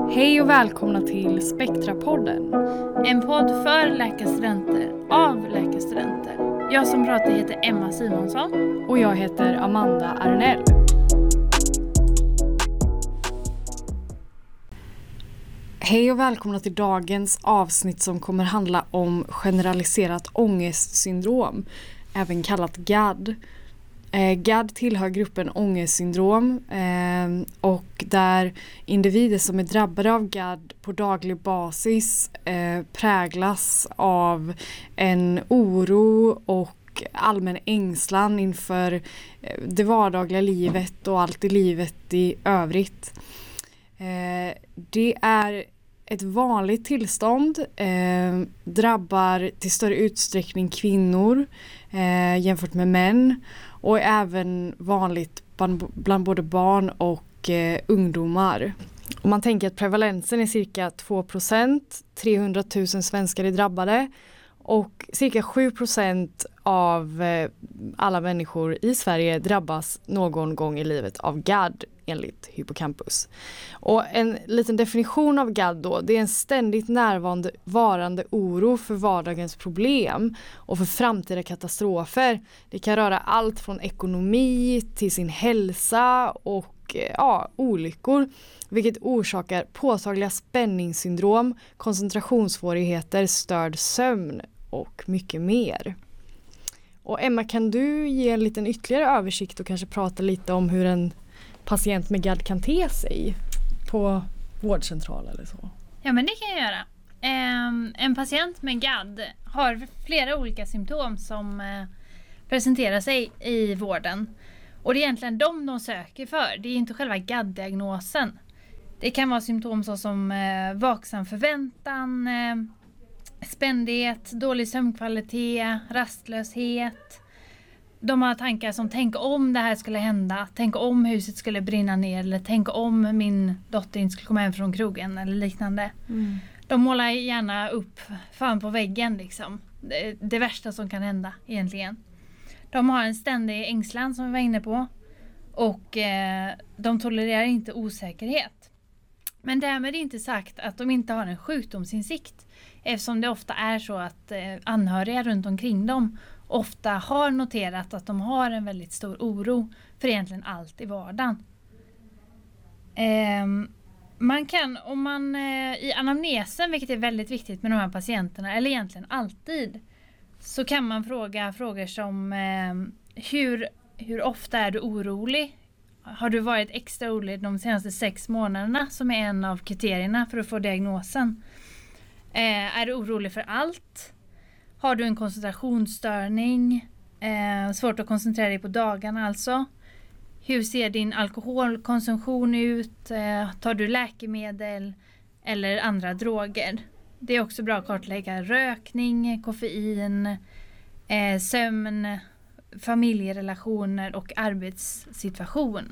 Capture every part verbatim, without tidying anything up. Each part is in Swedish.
Hej och välkomna till Spektrapodden. En podd för läkarstudenter, av läkarstudenter. Jag som pratar heter Emma Simonsson. Och jag heter Amanda Arnell. Hej och välkomna till dagens avsnitt som kommer handla om generaliserat ångestsyndrom, även kallat G A D. Eh, G A D tillhör gruppen ångestsyndrom eh, och där individer som är drabbade av G A D på daglig basis eh, präglas av en oro och allmän ängslan inför eh, det vardagliga livet och allt i livet i övrigt. Eh, det är ett vanligt tillstånd, eh, drabbar till större utsträckning kvinnor eh, jämfört med män. Och är även vanligt bland, bland både barn och eh, ungdomar. Om man tänker att prevalensen är cirka två procent, trehundratusen svenskar är drabbade. Och cirka sju procent av eh, alla människor i Sverige drabbas någon gång i livet av G A D enligt Hippocampus. Och en liten definition av G A D då, det är en ständigt närvarande oro för vardagens problem och för framtida katastrofer. Det kan röra allt från ekonomi till sin hälsa och ja, olyckor, vilket orsakar påtagliga spänningssyndrom, koncentrationssvårigheter, störd sömn och mycket mer. Och Emma, kan du ge en liten ytterligare översikt och kanske prata lite om hur en patient med G A D kan te sig på vårdcentral eller så? Ja, men det kan jag göra. Um, en patient med G A D har flera olika symptom som uh, presenterar sig i vården. Och det är egentligen de de söker för. Det är inte själva G A D-diagnosen. Det kan vara symptom såsom uh, vaksam förväntan, uh, spändhet, dålig sömnkvalitet, rastlöshet. De har tankar som tänk om det här skulle hända, tänk om huset skulle brinna ner eller tänk om min dotter inte skulle komma hem från krogen eller liknande. Mm. De målar gärna upp fan på väggen liksom. Det, det värsta som kan hända egentligen. De har en ständig ängslan som vi var inne på och eh, de tolererar inte osäkerhet. Men därmed är inte sagt att de inte har en sjukdomsinsikt, eftersom det ofta är så att eh, anhöriga runt omkring dem ofta har noterat att de har en väldigt stor oro för egentligen allt i vardagen. Eh, man kan, om man eh, i anamnesen, vilket är väldigt viktigt med de här patienterna, eller egentligen alltid, så kan man fråga frågor som eh, hur, hur ofta är du orolig? Har du varit extra orolig de senaste sex månaderna, som är en av kriterierna för att få diagnosen? Eh, är du orolig för allt? Har du en koncentrationsstörning? Eh, svårt att koncentrera dig på dagarna alltså. Hur ser din alkoholkonsumtion ut? Eh, tar du läkemedel eller andra droger? Det är också bra att kartlägga rökning, koffein, eh, sömn, familjerelationer och arbetssituation.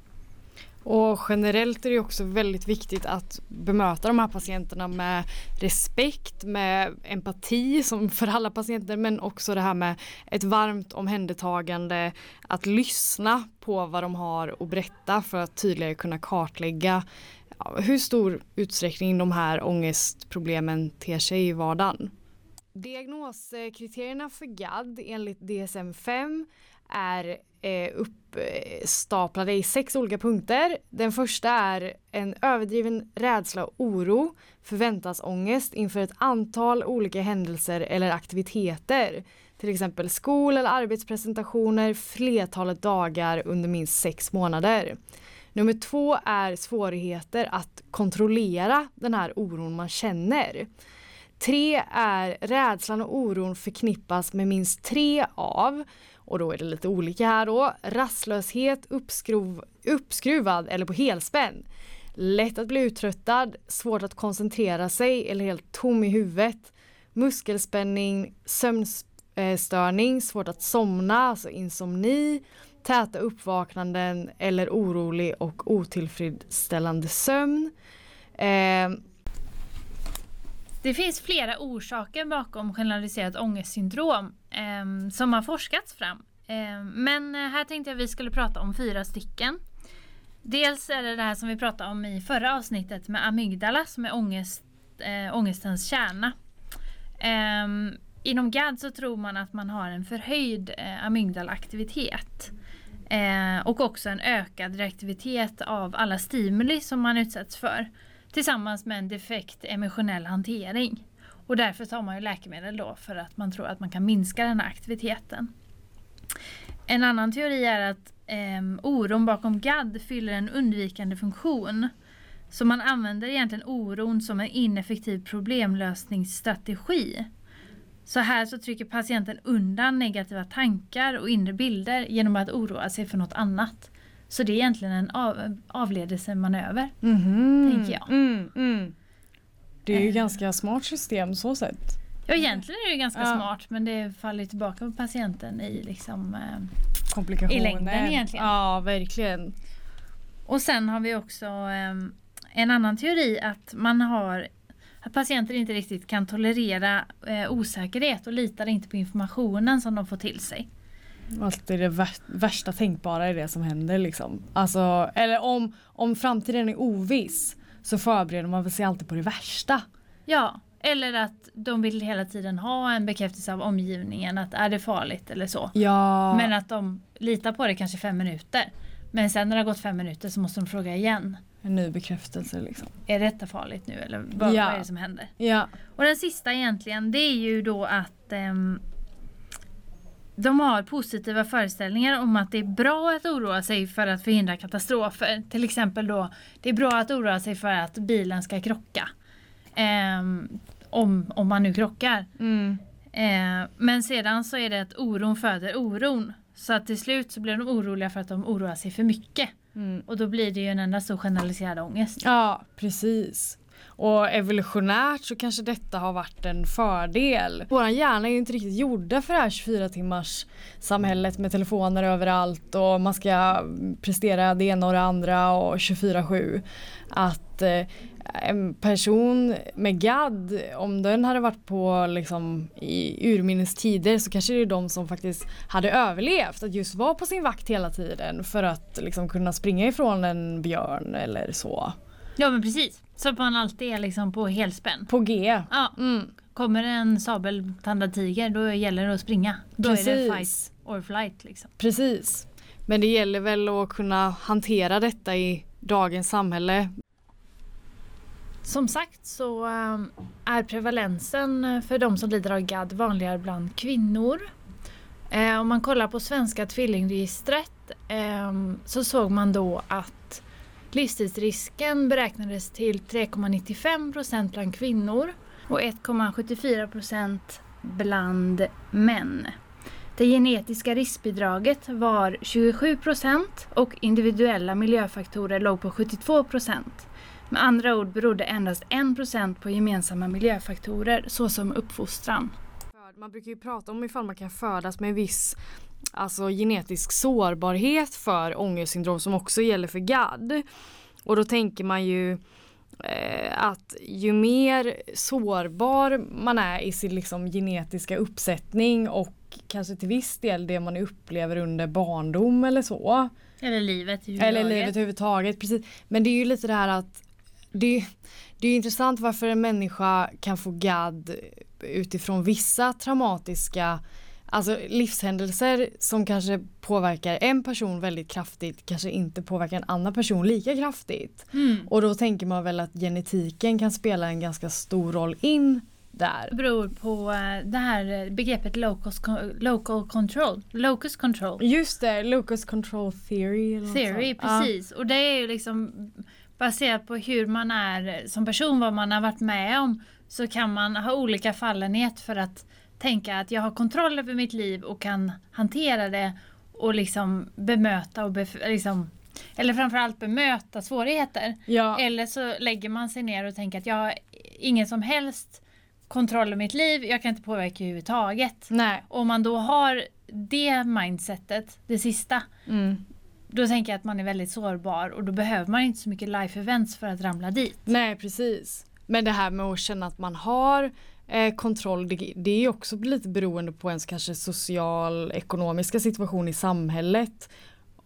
Och generellt är det också väldigt viktigt att bemöta de här patienterna med respekt, med empati som för alla patienter, men också det här med ett varmt omhändertagande, att lyssna på vad de har att berätta för att tydligare kunna kartlägga ja, hur stor utsträckning de här ångestproblemen ter sig i vardagen. Diagnoskriterierna för G A D enligt D S M fem är eh, uppstaplade i sex olika punkter. Den första är en överdriven rädsla och oro, förväntansångest inför ett antal olika händelser eller aktiviteter. Till exempel skol- eller arbetspresentationer flertalet dagar under minst sex månader. Nummer två är svårigheter att kontrollera den här oron man känner. Tre är rädslan och oron förknippas med minst tre av, och då är det lite olika här då, rastlöshet, uppskruv, uppskruvad eller på helspänn. Lätt att bli uttröttad, svårt att koncentrera sig eller helt tom i huvudet. Muskelspänning, sömnstörning, svårt att somna, alltså insomni, täta uppvaknanden eller orolig och otillfredsställande sömn. Eh, Det finns flera orsaker bakom generaliserat ångestsyndrom eh, som har forskats fram. Eh, men här tänkte jag att vi skulle prata om fyra stycken. Dels är det det här som vi pratade om i förra avsnittet med amygdala som är ångest, äh, ångestens kärna. Um, inom G A D så tror man att man har en förhöjd eh, amygdalaktivitet eh, och också en ökad reaktivitet av alla stimuli som man utsätts för tillsammans med en defekt emotionell hantering. Och därför tar man ju läkemedel då för att man tror att man kan minska den här aktiviteten. En annan teori är att eh, oron bakom G A D fyller en undvikande funktion. Så man använder egentligen oron som en ineffektiv problemlösningsstrategi. Så här så trycker patienten undan negativa tankar och inre bilder genom att oroa sig för något annat. Så det är egentligen en av, avledelsemanöver, Mm-hmm. tänker jag. Mm, mm. Det är ju Eh. ganska smart system så sett. Ja, egentligen är det ju ganska Ja. smart, men det faller tillbaka på patienten i liksom... Eh, Komplikationer. I längden egentligen. Ja, verkligen. och sen har vi också eh, en annan teori att man har... Att patienter inte riktigt kan tolerera eh, osäkerhet och litar inte på informationen som de får till sig. Alltid det vär- värsta tänkbara är det som händer liksom. Alltså, eller om, om framtiden är oviss så förbereder man sig alltid på det värsta. Ja, eller att de vill hela tiden ha en bekräftelse av omgivningen att är det farligt eller så. Ja. Men att de litar på det kanske fem minuter. Men sen när det har gått fem minuter så måste de fråga igen. En ny bekräftelse liksom. Är detta farligt nu eller vad, Ja. vad är det som händer? Ja. Och den sista egentligen, det är ju då att ehm, de har positiva föreställningar om att det är bra att oroa sig för att förhindra katastrofer. Till exempel då, det är bra att oroa sig för att bilen ska krocka. Ehm, om, om man nu krockar. Mm. Ehm, men sedan så är det att oron föder oron. Så att till slut så blir de oroliga för att de oroar sig för mycket. Mm. Och då blir det ju en enda stor generaliserad ångest. Ja, precis. Och evolutionärt så kanske detta har varit en fördel. Vår hjärna är ju inte riktigt gjorda för det här tjugofyra timmars samhället med telefoner överallt och man ska prestera det ena och det andra och tjugofyra sju. Att eh, en person med G A D, om den hade varit på liksom, i urminnes tider så kanske det är de som faktiskt hade överlevt att just vara på sin vakt hela tiden för att liksom, kunna springa ifrån en björn eller så. Ja men precis. Så att man alltid är liksom på helspänn. På G. Ja. Mm. Kommer det en sabeltandad tiger då gäller det att springa. Då Precis. är det fight or flight liksom. Precis. Men det gäller väl att kunna hantera detta i dagens samhälle. Som sagt så um, är prevalensen för de som lider av G A D vanligare bland kvinnor. Eh, om man kollar på svenska tvillingregistret eh, så såg man då att livstidsrisken beräknades till tre komma nittiofem procent bland kvinnor och ett komma sjuttiofyra procent bland män. Det genetiska riskbidraget var tjugosju procent och individuella miljöfaktorer låg på sjuttiotvå procent. Med andra ord berodde endast en procent på gemensamma miljöfaktorer såsom uppfostran. Man brukar ju prata om ifall man kan födas med en viss alltså, genetisk sårbarhet för ångestsyndrom som också gäller för G A D. Och då tänker man ju eh, att ju mer sårbar man är i sin liksom, genetiska uppsättning och kanske till viss del det man upplever under barndom eller så. Eller livet Eller livet överhuvudtaget, precis. Men det är ju lite det här att det, det är intressant varför en människa kan få G A D utifrån vissa traumatiska alltså livshändelser som kanske påverkar en person väldigt kraftigt kanske inte påverkar en annan person lika kraftigt. Mm. Och då tänker man väl att genetiken kan spela en ganska stor roll in där. Det beror på uh, det här begreppet locus, local control. Locus control. Just det, locus control theory. Eller Theory, precis. Ja. Och det är ju liksom baserat på hur man är som person, vad man har varit med om, så kan man ha olika fallenhet för att tänka att jag har kontroll över mitt liv och kan hantera det och liksom bemöta och bef- liksom, eller framförallt bemöta svårigheter. Ja. Eller så lägger man sig ner och tänker att jag har ingen som helst kontroll över mitt liv, jag kan inte påverka överhuvudtaget. Nej. Om man då har det mindsetet, det sista, Mm. då tänker jag att man är väldigt sårbar och då behöver man inte så mycket life events för att ramla dit. Nej, precis. Men det här med att känna att man har eh, kontroll, det, det är ju också lite beroende på ens kanske social, ekonomiska situation i samhället.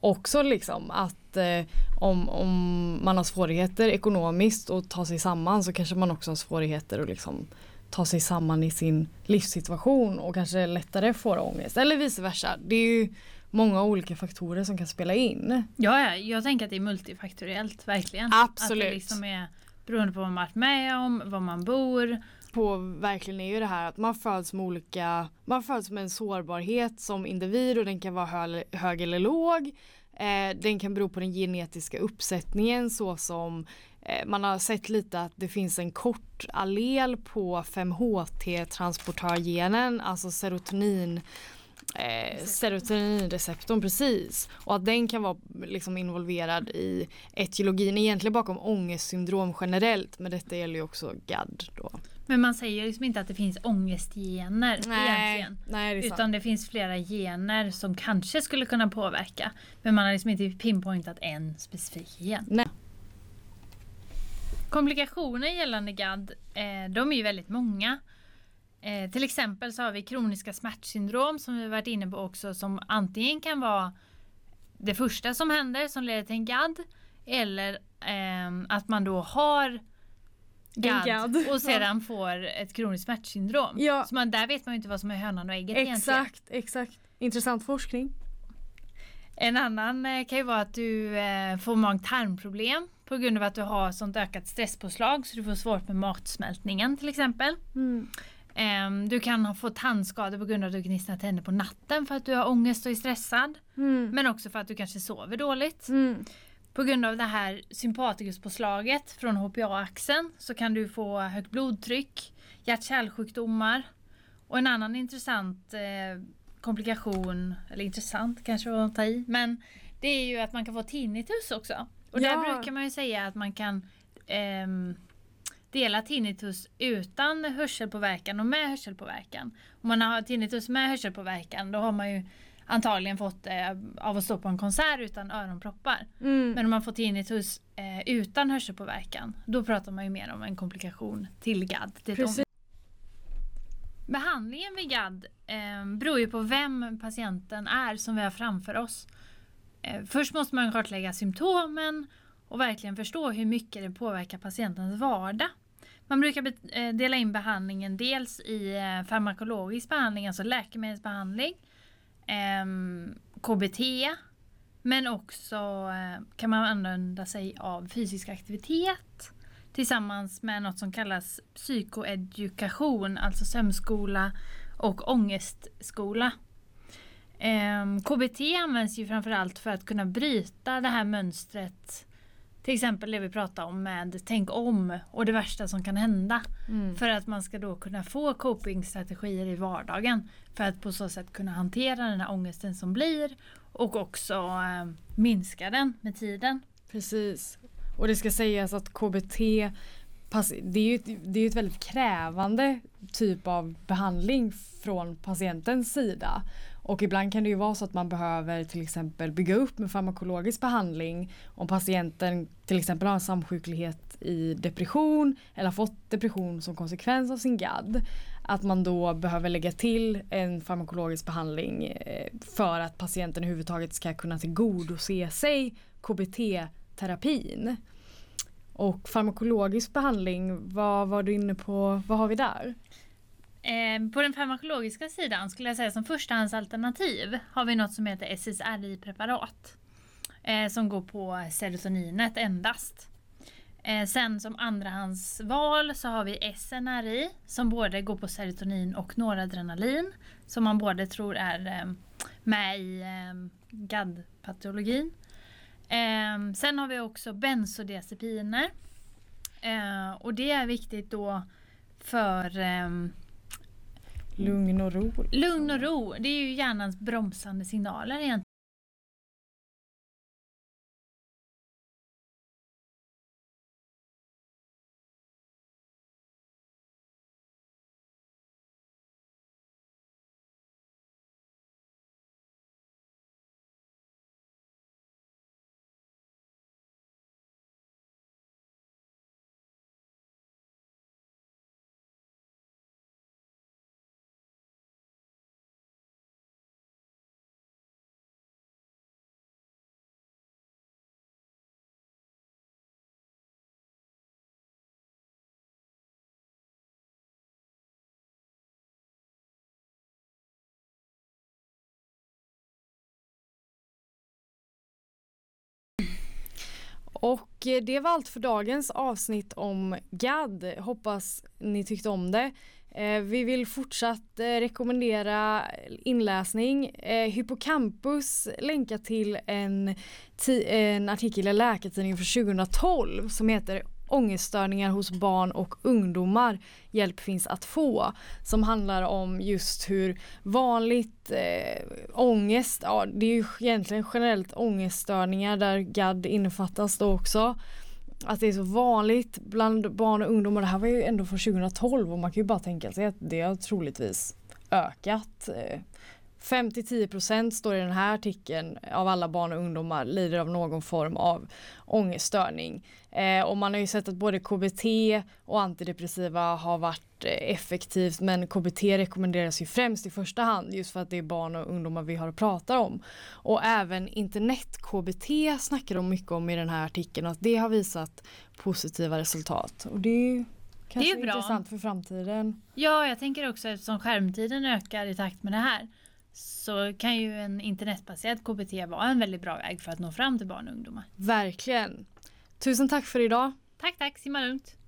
också liksom att eh, om, om man har svårigheter ekonomiskt att ta sig samman så kanske man också har svårigheter att liksom ta sig samman i sin livssituation och kanske lättare får ångest eller vice versa. Det är ju många olika faktorer som kan spela in. Ja, jag tänker att det är multifaktoriellt, verkligen. Absolut. Att det liksom är beroende på vad man varit med om, var man bor. På verkligen är ju det här att man föds med olika, man föds med en sårbarhet som individ och den kan vara hö, hög eller låg. Eh, den kan bero på den genetiska uppsättningen så som eh, man har sett lite att det finns en kort allel på fem H T-transportörgenen, alltså serotonin Eh, serotoninreceptorn, precis, och att den kan vara liksom involverad i etiologin egentligen bakom ångestsyndrom generellt, men detta gäller ju också G A D då. Men man säger liksom inte att det finns ångestgener nej, egentligen. Nej, det är utan sant. det finns flera gener som kanske skulle kunna påverka, men man har liksom inte pinpointat en specifik gen. Nej. Komplikationer gällande G A D, eh, de är ju väldigt många. Eh, till exempel så har vi kroniska smärtsyndrom som vi varit inne på också, som antingen kan vara det första som händer som leder till en G A D eller eh, att man då har G A D, G A D. och sedan får ett kroniskt smärtsyndrom. Ja. Så man, där vet man ju inte vad som är hönan och ägget Exakt, egentligen. exakt. Intressant forskning. En annan eh, kan ju vara att du eh, får mag-tarmproblem på grund av att du har sånt ökat stresspåslag så du får svårt med matsmältningen till exempel. Mm. Um, du kan ha fått tandskador på grund av att du gnisslar tänder på natten för att du har ångest och är stressad. Mm. Men också för att du kanske sover dåligt. Mm. På grund av det här sympatikuspåslaget från H P A-axeln så kan du få högt blodtryck, hjärt-kärlsjukdomar. Och en annan intressant eh, komplikation, eller intressant kanske att ta i, men det är ju att man kan få tinnitus också. Och Ja. där brukar man ju säga att man kan ehm, dela tinnitus utan hörselpåverkan och med hörselpåverkan. Om man har tinnitus med hörselpåverkan då har man ju antagligen fått eh, av att stå på en konsert utan öronproppar. Mm. Men om man får tinnitus eh, utan hörselpåverkan då pratar man ju mer om en komplikation till G A D. Det är Precis. Behandlingen vid G A D eh, beror ju på vem patienten är som vi har framför oss. Eh, först måste man kartlägga symptomen och verkligen förstå hur mycket det påverkar patientens vardag. Man brukar be- eh, dela in behandlingen dels i eh, farmakologisk behandling, alltså läkemedelsbehandling, eh, K B T, men också eh, kan man använda sig av fysisk aktivitet tillsammans med något som kallas psykoedukation, alltså sömnskola och ångestskola. Eh, K B T används ju framförallt för att kunna bryta det här mönstret. Till exempel det vi pratar om med tänk om och det värsta som kan hända. Mm. För att man ska då kunna få copingstrategier i vardagen. För att på så sätt kunna hantera den här ångesten som blir. Och också eh, minska den med tiden. Precis. Och det ska sägas att K B T pass- det är ju ett, det är ju ett väldigt krävande typ av behandling från patientens sida. Och ibland kan det ju vara så att man behöver till exempel bygga upp med farmakologisk behandling om patienten till exempel har en samsjuklighet i depression eller har fått depression som konsekvens av sin G A D. Att man då behöver lägga till en farmakologisk behandling eh, för att patienten överhuvudtaget ska kunna tillgodose sig K B T-terapin. Och farmakologisk behandling, vad var du inne på, vad har vi där? Eh, på den farmakologiska sidan skulle jag säga som förstahandsalternativ har vi något som heter S S R I-preparat. Eh, som går på serotoninet endast. Eh, sen som andrahandsval så har vi S N R I som både går på serotonin och noradrenalin. Som man både tror är eh, med i eh, G A D-patologin. Eh, sen har vi också bensodiazepiner. Eh, och det är viktigt då för eh, Lugn och ro. lugn och ro. Det är ju hjärnans bromsande signaler egentligen. Och eh, det var allt för dagens avsnitt om G A D. Hoppas ni tyckte om det. Eh, vi vill fortsatt eh, rekommendera inläsning. Eh, Hippocampus länkar till en, ti- en artikel i Läkartidningen för tjugohundratolv som heter Ångeststörningar hos barn och ungdomar. Hjälp finns att få. Som handlar om just hur vanligt eh, ångest, ja det är ju egentligen generellt ångeststörningar där G A D innefattas då också. Att det är så vanligt bland barn och ungdomar. Det här var ju ändå från tjugohundratolv och man kan ju bara tänka sig att det har troligtvis ökat. fem till tio procent står i den här artikeln av alla barn och ungdomar lider av någon form av ångeststörning. Eh, och man har ju sett att både K B T och antidepressiva har varit eh, effektivt, men K B T rekommenderas ju främst i första hand just för att det är barn och ungdomar vi har att prata om. Och även internet-K B T snackar de mycket om i den här artikeln och att det har visat positiva resultat. Och det är ju kanske det är bra. Intressant för framtiden. Ja, jag tänker också eftersom skärmtiden ökar i takt med det här så kan ju en internetbaserad K B T vara en väldigt bra väg för att nå fram till barn och ungdomar. Verkligen. Tusen tack för idag. Tack, tack. Simma lugnt.